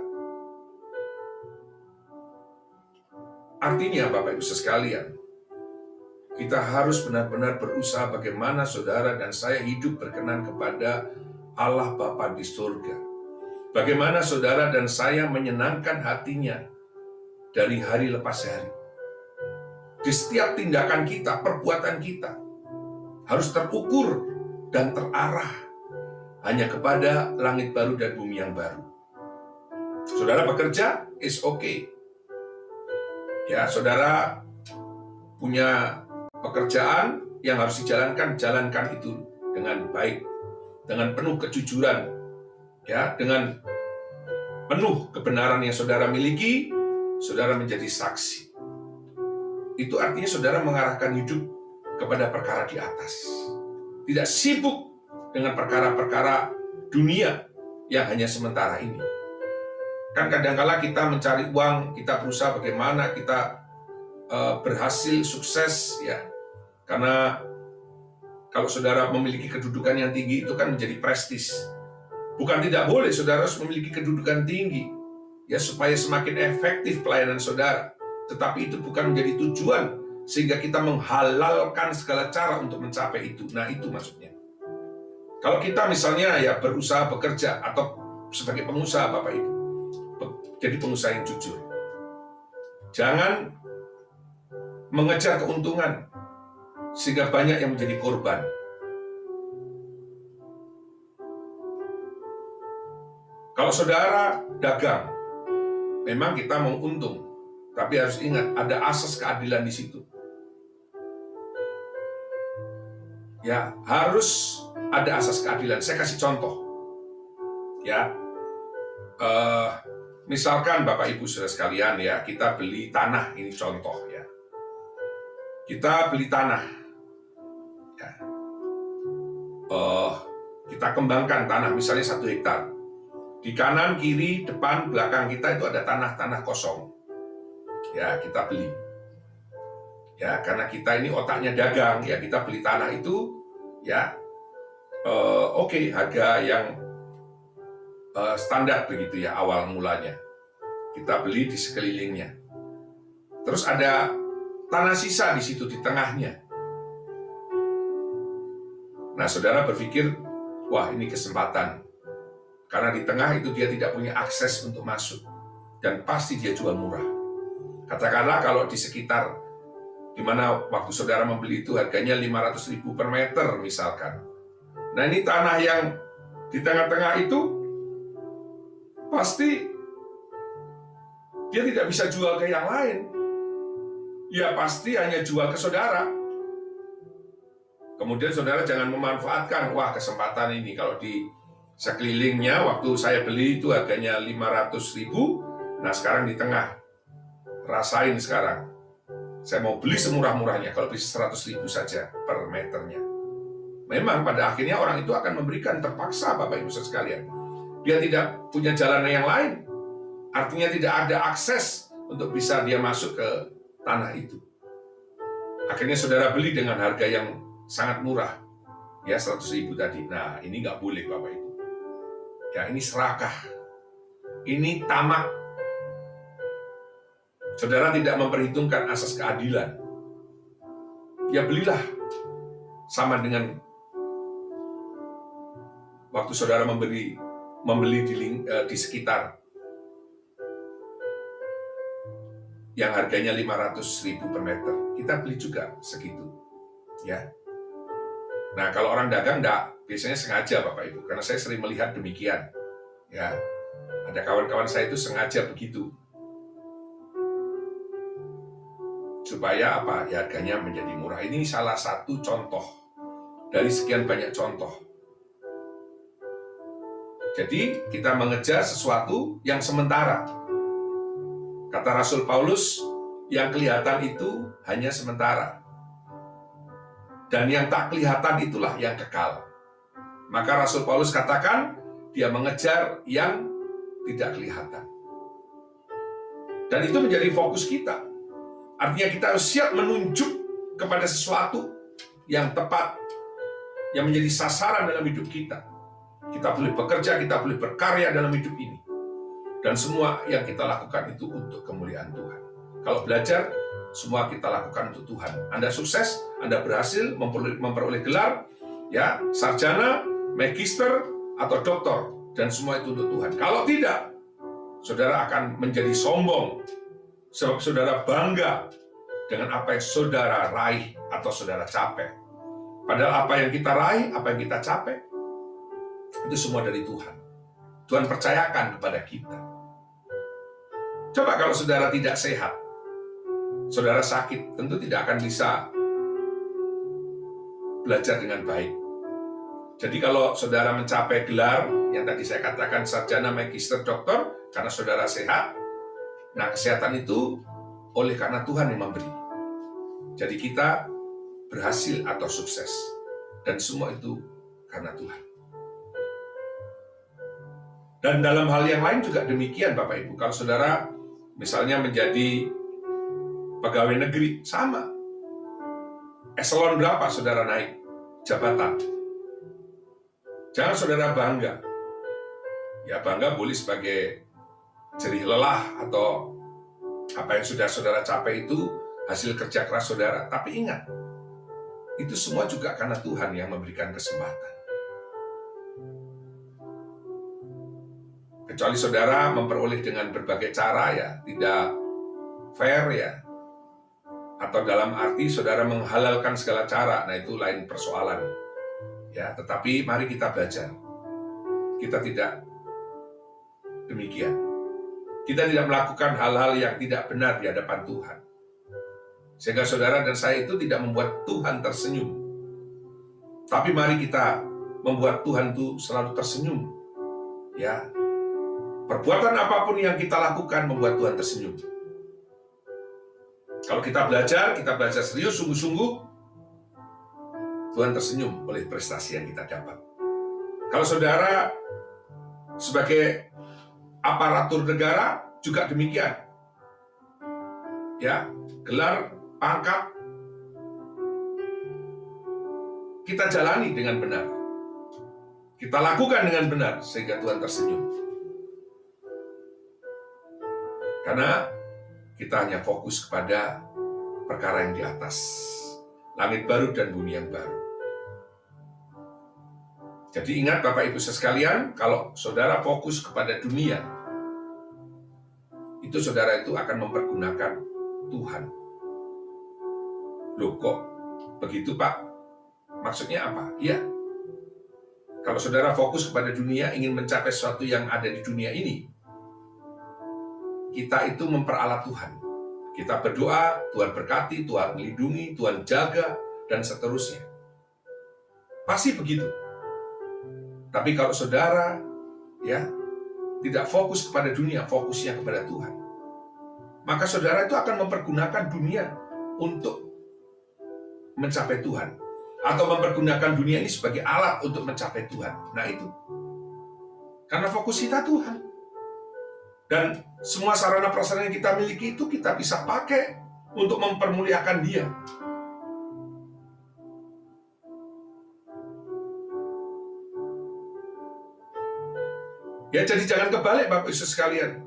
Artinya Bapak Ibu sekalian, kita harus benar-benar berusaha bagaimana saudara dan saya hidup berkenan kepada Allah Bapa di surga. Bagaimana saudara dan saya menyenangkan hatinya dari hari lepas hari. Di setiap tindakan kita, perbuatan kita harus terukur dan terarah hanya kepada langit baru dan bumi yang baru. Saudara bekerja, is okay. Ya, saudara punya pekerjaan yang harus dijalankan, jalankan itu dengan baik, dengan penuh kejujuran, ya, dengan penuh kebenaran yang saudara miliki, saudara menjadi saksi. Itu artinya saudara mengarahkan hidup kepada perkara di atas. Tidak sibuk dengan perkara-perkara dunia yang hanya sementara ini. Kan kadang-kala kita mencari uang, kita berusaha bagaimana kita uh, berhasil, sukses, ya. Karena kalau saudara memiliki kedudukan yang tinggi itu kan menjadi prestis. Bukan tidak boleh saudara harus memiliki kedudukan tinggi, ya, supaya semakin efektif pelayanan saudara. Tetapi itu bukan menjadi tujuan sehingga kita menghalalkan segala cara untuk mencapai itu. Nah, itu maksudnya. Kalau kita misalnya ya berusaha bekerja atau sebagai pengusaha Bapak Ibu, jadi pengusaha yang jujur. Jangan mengejar keuntungan sehingga banyak yang menjadi korban. Kalau saudara dagang, memang kita mau untung, tapi harus ingat ada asas keadilan di situ. ya harus ada asas keadilan. Saya kasih contoh, ya. Uh, misalkan Bapak Ibu Saudara sekalian, ya, kita beli tanah, ini contoh, ya. Kita beli tanah, ya. Uh, kita kembangkan tanah, misalnya satu hektar. Di kanan, kiri, depan, belakang kita itu ada tanah-tanah kosong. Ya, kita beli. Ya, karena kita ini otaknya dagang, ya, kita beli tanah itu, ya, uh, oke, okay, harga yang uh, standar begitu ya, awal mulanya. Kita beli di sekelilingnya. Terus ada tanah sisa di situ, di tengahnya. Nah, saudara berpikir, wah, ini kesempatan. Karena di tengah itu dia tidak punya akses untuk masuk. Dan pasti dia jual murah. Katakanlah kalau di sekitar, di mana waktu saudara membeli itu harganya lima ratus ribu per meter misalkan. Nah, ini tanah yang di tengah-tengah itu, pasti dia tidak bisa jual ke yang lain. Ya pasti hanya jual ke saudara. Kemudian saudara jangan memanfaatkan, wah kesempatan ini kalau di sekelilingnya waktu saya beli itu harganya lima ratus ribu, nah sekarang di tengah, rasain sekarang, saya mau beli semurah-murahnya, kalau beli seratus ribu saja per meternya. Memang pada akhirnya orang itu akan memberikan, terpaksa Bapak Ibu sekalian. Dia tidak punya jalan yang lain, artinya tidak ada akses untuk bisa dia masuk ke tanah itu. Akhirnya saudara beli dengan harga yang sangat murah, ya seratus ribu tadi. Nah ini nggak boleh Bapak Ibu. Ya ini serakah, ini tamak. Saudara tidak memperhitungkan asas keadilan. Ya belilah sama dengan waktu saudara memberi membeli di, uh, di sekitar yang harganya lima ratus ribu per meter, kita beli juga segitu, ya. Nah kalau orang dagang enggak, biasanya sengaja Bapak Ibu, karena saya sering melihat demikian, ya. Ada kawan-kawan saya itu sengaja begitu, supaya apa? Ya harganya menjadi murah. Ini salah satu contoh dari sekian banyak contoh. Jadi kita mengejar sesuatu yang sementara. Kata Rasul Paulus, yang kelihatan itu hanya sementara. Dan yang tak kelihatan itulah yang kekal. Maka Rasul Paulus katakan, dia mengejar yang tidak kelihatan. Dan itu menjadi fokus kita. Artinya kita harus siap menunjuk kepada sesuatu yang tepat, yang menjadi sasaran dalam hidup kita. Kita boleh bekerja, kita boleh berkarya dalam hidup ini. Dan semua yang kita lakukan itu untuk kemuliaan Tuhan. Kalau belajar, semua kita lakukan untuk Tuhan. Anda sukses, Anda berhasil memperoleh, memperoleh gelar, ya, sarjana, magister, atau doktor, dan semua itu untuk Tuhan. Kalau tidak, saudara akan menjadi sombong, sebab saudara bangga dengan apa yang saudara raih atau saudara capai. Padahal apa yang kita raih, apa yang kita capai, itu semua dari Tuhan. Tuhan percayakan kepada kita. Coba kalau saudara tidak sehat, saudara sakit, tentu tidak akan bisa belajar dengan baik. Jadi kalau saudara mencapai gelar, yang tadi saya katakan sarjana, magister, doktor, karena saudara sehat, nah kesehatan itu oleh karena Tuhan yang memberi. Jadi kita berhasil atau sukses. Dan semua itu karena Tuhan. Dan dalam hal yang lain juga demikian Bapak Ibu. Kalau saudara misalnya menjadi pegawai negeri, sama. Eselon berapa saudara naik jabatan? Jangan saudara bangga. Ya bangga boleh sebagai jerih lelah atau apa yang sudah saudara capai itu hasil kerja keras saudara. Tapi ingat, itu semua juga karena Tuhan yang memberikan kesempatan. Kecuali saudara memperoleh dengan berbagai cara, ya tidak fair, ya, atau dalam arti saudara menghalalkan segala cara, nah itu lain persoalan, ya. Tetapi mari kita belajar, kita tidak demikian, kita tidak melakukan hal-hal yang tidak benar di hadapan Tuhan, sehingga saudara dan saya itu tidak membuat Tuhan tersenyum. Tapi mari kita membuat Tuhan itu selalu tersenyum. Ya, perbuatan apapun yang kita lakukan membuat Tuhan tersenyum. Kalau kita belajar, kita belajar serius, sungguh-sungguh, Tuhan tersenyum oleh prestasi yang kita dapat. Kalau saudara sebagai aparatur negara juga demikian. Ya, gelar, pangkat, kita jalani dengan benar. Kita lakukan dengan benar sehingga Tuhan tersenyum. Karena kita hanya fokus kepada perkara yang di atas. Langit baru dan bumi yang baru. Jadi ingat Bapak Ibu sekalian, kalau saudara fokus kepada dunia, itu saudara itu akan mempergunakan Tuhan. Loh kok begitu Pak? Maksudnya apa? Iya. Kalau saudara fokus kepada dunia, ingin mencapai sesuatu yang ada di dunia ini, kita itu memperalat Tuhan. Kita berdoa, Tuhan berkati, Tuhan melindungi, Tuhan jaga, dan seterusnya. Pasti begitu. Tapi kalau saudara ya tidak fokus kepada dunia, fokusnya kepada Tuhan, maka saudara itu akan mempergunakan dunia untuk mencapai Tuhan. Atau mempergunakan dunia ini sebagai alat untuk mencapai Tuhan. Nah itu. Karena fokus kita Tuhan. Dan semua sarana prasarana yang kita miliki itu kita bisa pakai untuk mempermuliakan Dia. Ya jadi jangan kebalik Bapak Ibu sekalian.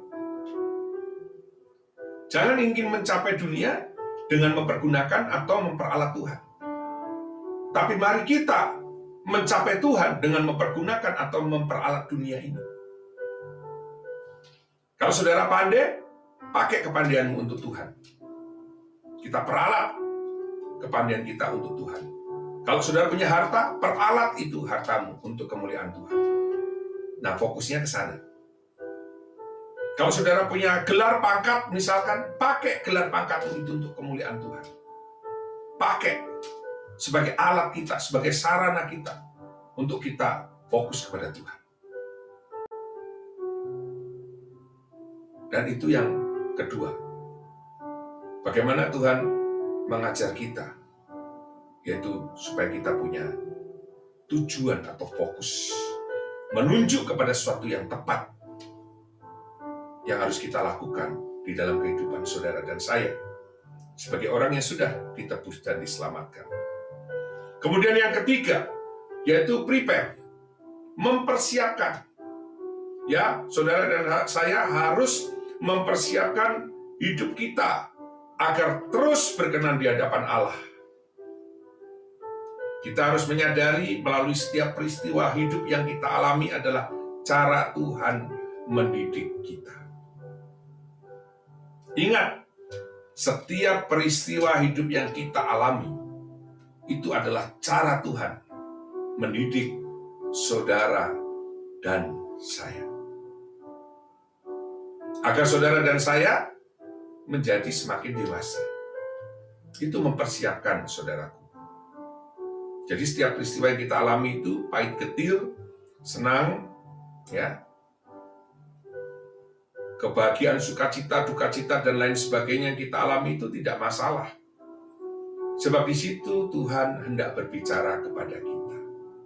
Jangan ingin mencapai dunia dengan mempergunakan atau memperalat Tuhan. Tapi mari kita mencapai Tuhan dengan mempergunakan atau memperalat dunia ini. Kalau saudara pandai, pakai kepandaianmu untuk Tuhan. Kita peralat kepandaian kita untuk Tuhan. Kalau saudara punya harta, peralat itu hartamu untuk kemuliaan Tuhan. Nah, fokusnya ke sana. Kalau saudara punya gelar pangkat, misalkan, pakai gelar pangkatmu itu untuk kemuliaan Tuhan. Pakai sebagai alat kita, sebagai sarana kita, untuk kita fokus kepada Tuhan. Dan itu yang kedua. Bagaimana Tuhan mengajar kita, yaitu supaya kita punya tujuan atau fokus, menunjuk kepada sesuatu yang tepat, yang harus kita lakukan di dalam kehidupan saudara dan saya, sebagai orang yang sudah ditebus dan diselamatkan. Kemudian yang ketiga, yaitu prepare, mempersiapkan. Ya, saudara dan saya harus mempersiapkan hidup kita agar terus berkenan di hadapan Allah. Kita harus menyadari melalui setiap peristiwa hidup yang kita alami adalah cara Tuhan mendidik kita. Ingat, setiap peristiwa hidup yang kita alami itu adalah cara Tuhan mendidik saudara dan saya. Agar saudara dan saya menjadi semakin dewasa. Itu mempersiapkan saudaraku. Jadi setiap peristiwa yang kita alami itu pahit getir, senang, ya, kebahagiaan, sukacita, dukacita, dan lain sebagainya yang kita alami itu tidak masalah. Sebab di situ Tuhan hendak berbicara kepada kita.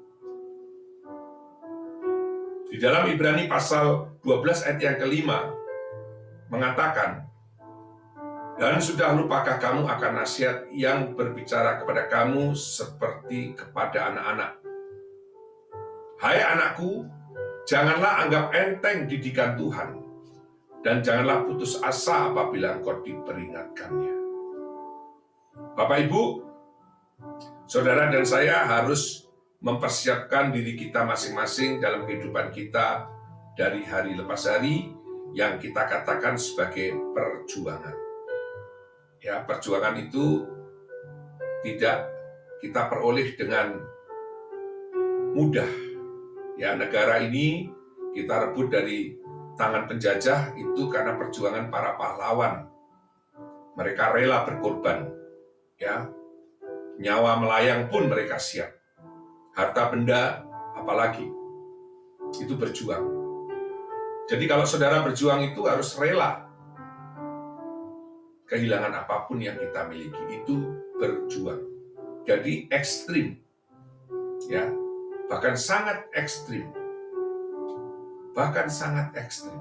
Di dalam Ibrani pasal dua belas ayat yang kelima mengatakan, dan sudah lupakah kamu akan nasihat yang berbicara kepada kamu seperti kepada anak-anak? Hai anakku, janganlah anggap enteng didikan Tuhan, dan janganlah putus asa apabila engkau diperingatkannya. Bapak Ibu, saudara dan saya harus mempersiapkan diri kita masing-masing dalam kehidupan kita dari hari lepas hari yang kita katakan sebagai perjuangan. Ya, perjuangan itu tidak kita peroleh dengan mudah. Ya, negara ini kita rebut dari tangan penjajah itu karena perjuangan para pahlawan. Mereka rela berkorban. Ya, nyawa melayang pun mereka siap. harta benda, apalagi. Itu berjuang. Jadi kalau saudara berjuang itu harus rela. Kehilangan apapun yang kita miliki, itu berjuang. Jadi ekstrim. Ya, bahkan sangat ekstrim. Bahkan sangat ekstrim.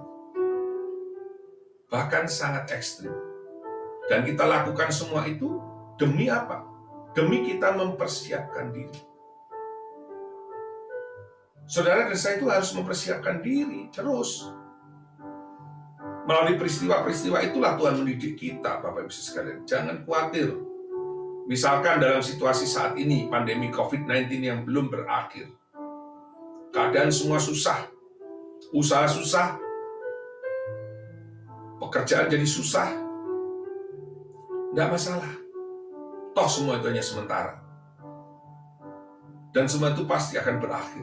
Bahkan sangat ekstrim. Dan kita lakukan semua itu demi apa? Demi kita mempersiapkan diri. Saudara dan saya itu harus mempersiapkan diri terus. Melalui peristiwa-peristiwa itulah Tuhan mendidik kita, Bapak Ibu sekalian. Jangan khawatir. Misalkan dalam situasi saat ini, pandemi covid sembilan belas yang belum berakhir. Keadaan semua susah. Usaha susah. Pekerjaan jadi susah. Tidak masalah. Toh semua itu hanya sementara. Dan semua itu pasti akan berakhir.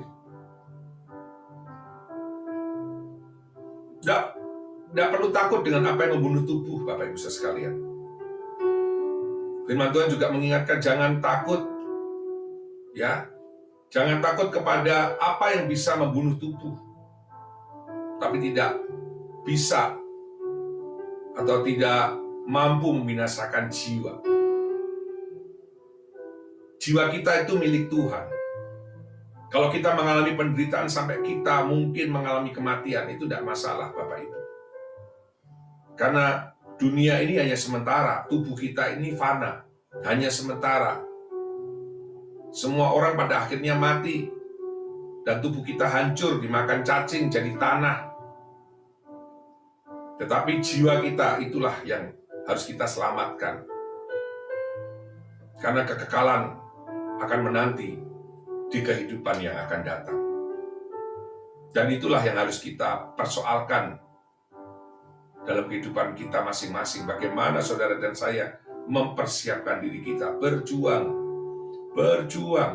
Tidak, tidak perlu takut dengan apa yang membunuh tubuh, Bapak Ibu sekalian. Firman Tuhan juga mengingatkan jangan takut, ya, jangan takut kepada apa yang bisa membunuh tubuh, tapi tidak bisa atau tidak mampu membinasakan jiwa. Jiwa kita itu milik Tuhan. Kalau kita mengalami penderitaan sampai kita mungkin mengalami kematian, itu tidak masalah, Bapak Ibu. Karena dunia ini hanya sementara, tubuh kita ini fana, hanya sementara. Semua orang pada akhirnya mati, dan tubuh kita hancur, dimakan cacing, jadi tanah. Tetapi jiwa kita itulah yang harus kita selamatkan. Karena kekekalan akan menanti di kehidupan yang akan datang. Dan itulah yang harus kita persoalkan dalam kehidupan kita masing-masing. Bagaimana saudara dan saya mempersiapkan diri kita, berjuang, berjuang.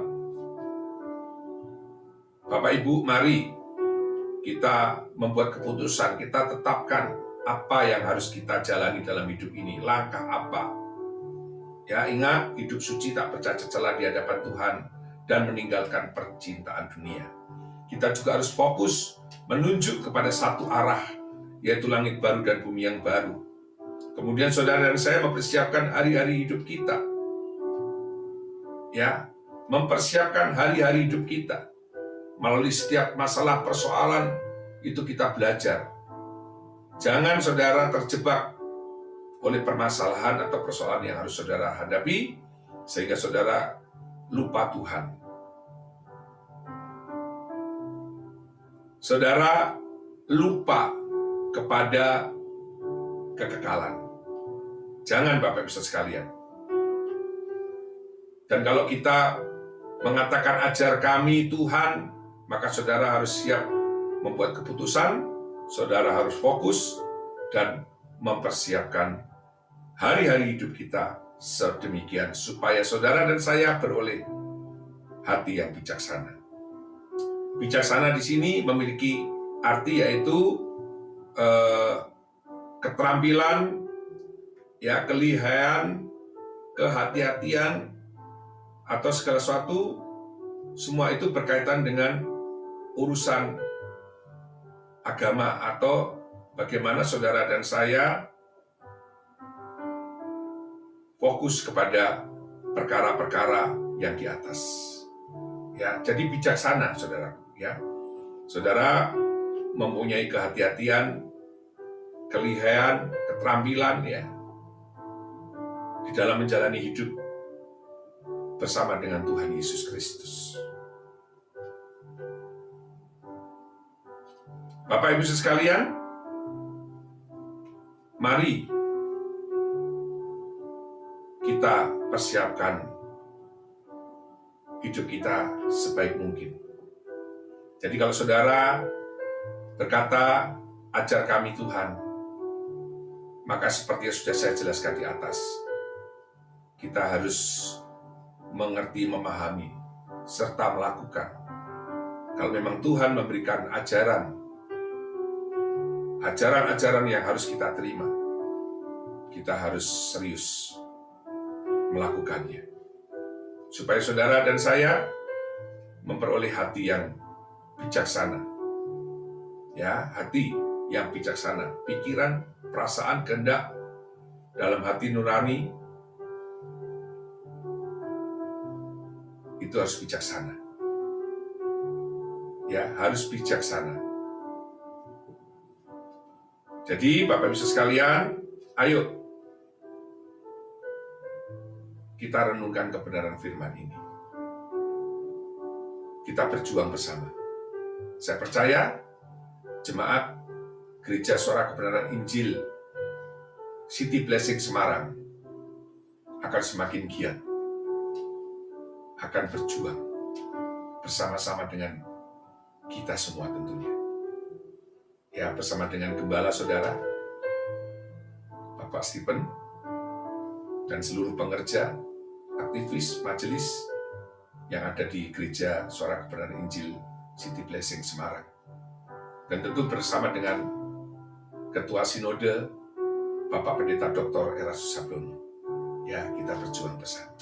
Bapak Ibu, mari kita membuat keputusan, kita tetapkan apa yang harus kita jalani dalam hidup ini, langkah apa. Ya, ingat, hidup suci tak bercacat celah di hadapan Tuhan dan meninggalkan percintaan dunia. Kita juga harus fokus menunjuk kepada satu arah, yaitu langit baru dan bumi yang baru. Kemudian saudara dan saya mempersiapkan hari-hari hidup kita. Ya, mempersiapkan hari-hari hidup kita. Melalui setiap masalah persoalan itu kita belajar. Jangan saudara terjebak oleh permasalahan atau persoalan yang harus saudara hadapi, sehingga saudara lupa Tuhan. Saudara lupa kepada kekekalan. Jangan, Bapak Ibu sekalian. Dan kalau kita mengatakan ajar kami Tuhan, maka saudara harus siap membuat keputusan, saudara harus fokus dan mempersiapkan hari-hari hidup kita sedemikian supaya saudara dan saya beroleh hati yang bijaksana. Bijaksana di sini memiliki arti yaitu eh, keterampilan, ya, kelihayan, kehati-hatian, atau segala sesuatu, semua itu berkaitan dengan urusan agama atau bagaimana saudara dan saya fokus kepada perkara-perkara yang di atas. Ya, jadi bijaksana, saudara. Ya, saudara mempunyai kehati-hatian, kelihayan, keterampilan, ya, di dalam menjalani hidup bersama dengan Tuhan Yesus Kristus. Bapak Ibu sekalian, mari kita persiapkan hidup kita sebaik mungkin. Jadi kalau saudara berkata, ajar kami Tuhan, maka seperti yang sudah saya jelaskan di atas, kita harus mengerti, memahami, serta melakukan. Kalau memang Tuhan memberikan ajaran, ajaran-ajaran yang harus kita terima, kita harus serius melakukannya. Supaya saudara dan saya memperoleh hati yang bijaksana. Ya, hati yang bijaksana, pikiran, perasaan, kehendak dalam hati nurani itu harus bijaksana. Ya, harus bijaksana. Jadi, Bapak Ibu sekalian, ayo kita renungkan kebenaran firman ini. Kita berjuang bersama. Saya percaya Jemaat Gereja Suara Kebenaran Injil City Blessing Semarang akan semakin giat, akan berjuang bersama-sama dengan kita semua tentunya. Ya, bersama dengan Gembala Saudara, Bapak Stephen, dan seluruh pengerja, aktivis, majelis yang ada di Gereja Suara Kebenaran Injil City Blessing Semarang. Dan tentu bersama dengan Ketua Sinode, Bapak Pendeta Doktor Erastus Sabdono. Ya, kita berjuang bersama.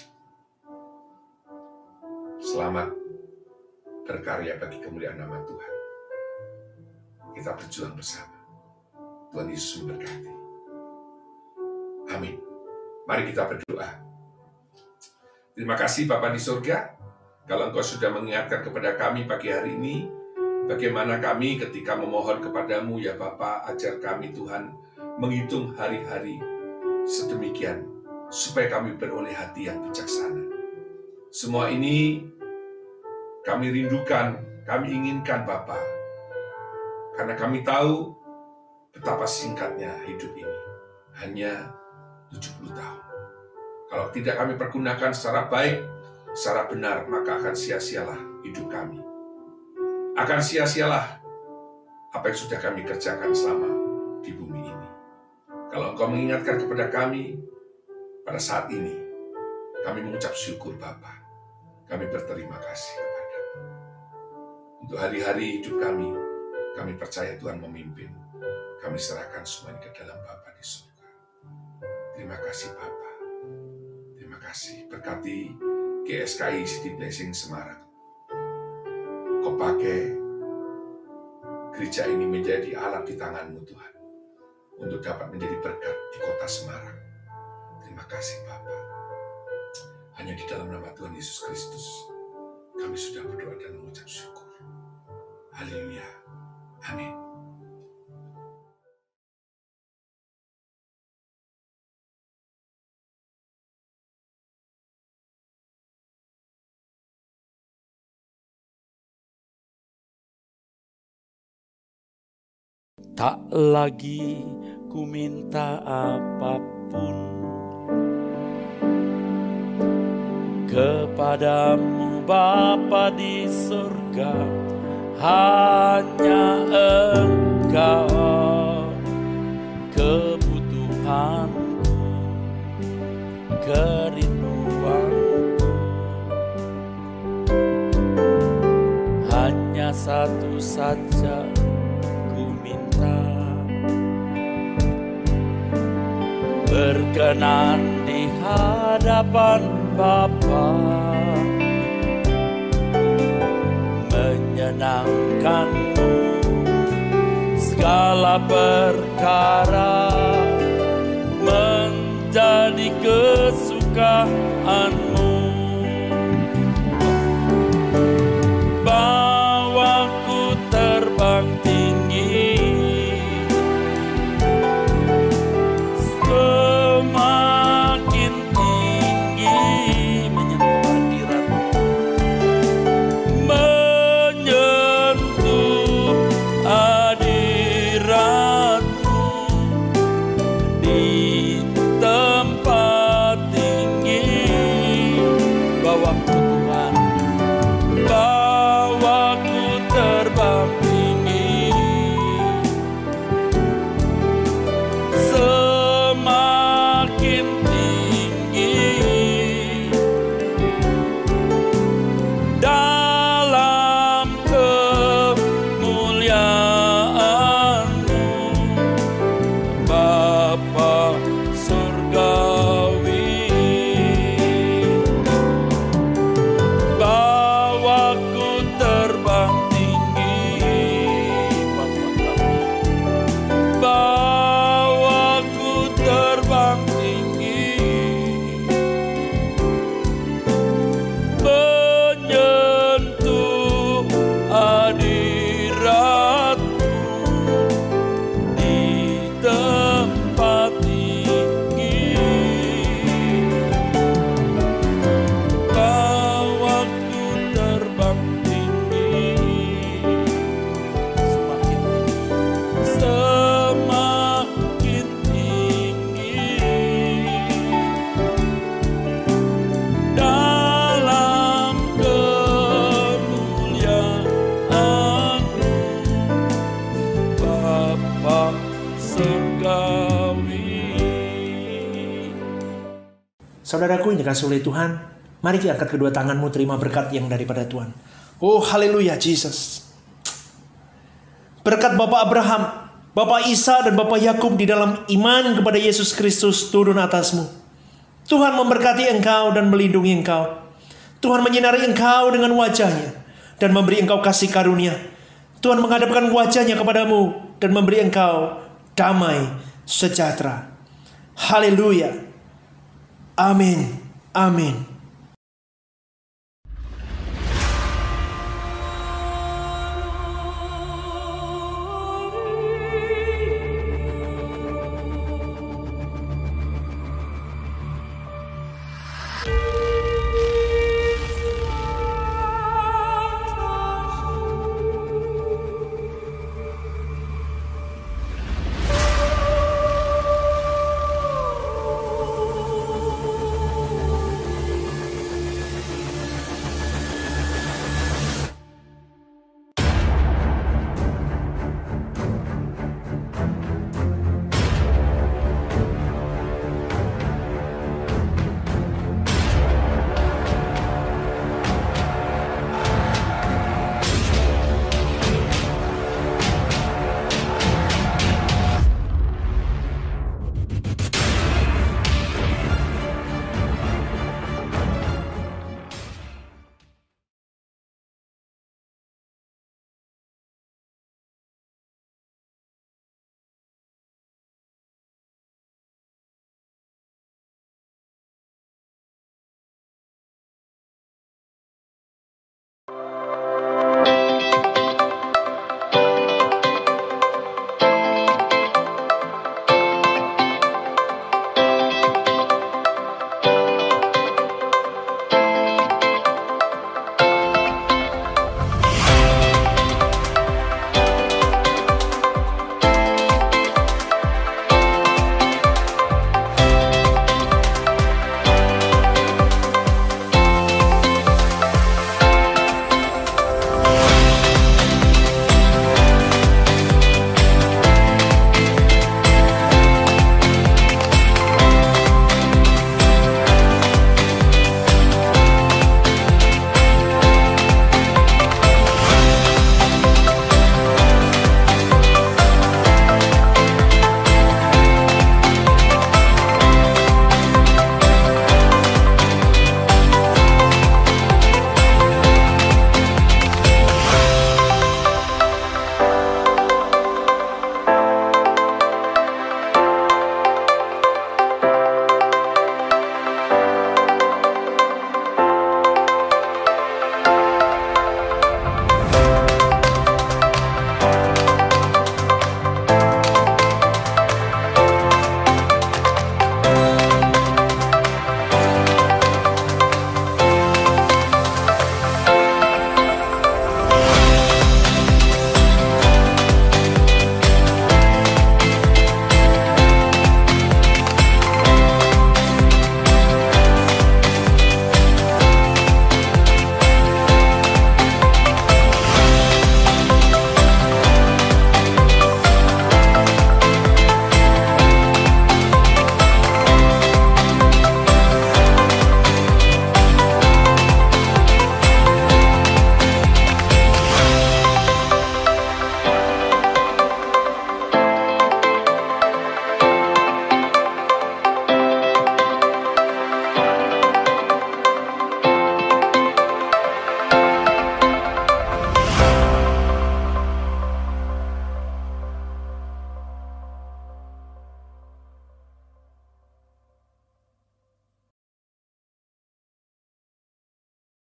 Selamat berkarya bagi kemuliaan nama Tuhan. Kita berjuang bersama. Tuhan Yesus memberkati. Amin. Mari kita berdoa. Terima kasih Bapa di surga, kalau Engkau sudah mengingatkan kepada kami pagi hari ini, bagaimana kami ketika memohon kepadamu, ya Bapa, ajar kami Tuhan menghitung hari-hari sedemikian, supaya kami beroleh hati yang bijaksana. Semua ini kami rindukan, kami inginkan Bapa, karena kami tahu betapa singkatnya hidup ini, hanya tujuh puluh tahun. Kalau tidak kami pergunakan secara baik, secara benar, maka akan sia-sialah hidup kami. Akan sia-sialah apa yang sudah kami kerjakan selama di bumi ini. Kalau Engkau mengingatkan kepada kami pada saat ini, kami mengucap syukur Bapa. Kami berterima kasih kepada-Mu. Untuk hari-hari hidup kami, kami percaya Tuhan memimpin. Kami serahkan semuanya ke dalam Bapa di surga. Terima kasih Bapa. Terima kasih. Berkati G S K I City Blessing Semarang. Kau pakai gereja ini menjadi alat di tangan-Mu Tuhan, untuk dapat menjadi berkat di kota Semarang. Terima kasih Bapa. Hanya di dalam nama Tuhan Yesus Kristus kami sudah berdoa dan mengucap syukur. Haleluya. Amin. Tak lagi ku minta apapun kepadamu Bapa di surga, hanya Engkau kebutuhanku, kerinduanku. Hanya satu saja berkenan di hadapan Bapa, menyenangkan-Mu segala perkara, menjadi kesukaan-Mu. Bawaku terbang tinggi, semakin tinggi menyentuh hadirat-Mu, menyentuh hadirat-Mu di tempat tinggi. Saudaraku yang dikasihi oleh Tuhan, mari kita angkat kedua tanganmu, terima berkat yang daripada Tuhan. Oh haleluya Jesus. Berkat Bapak Abraham, Bapak Isa dan Bapak Yakub di dalam iman kepada Yesus Kristus turun atasmu. Tuhan memberkati engkau dan melindungi engkau. Tuhan menyinari engkau dengan wajahnya dan memberi engkau kasih karunia. Tuhan menghadapkan wajahnya kepadamu dan memberi engkau damai sejahtera. Haleluya. Amin. Amin.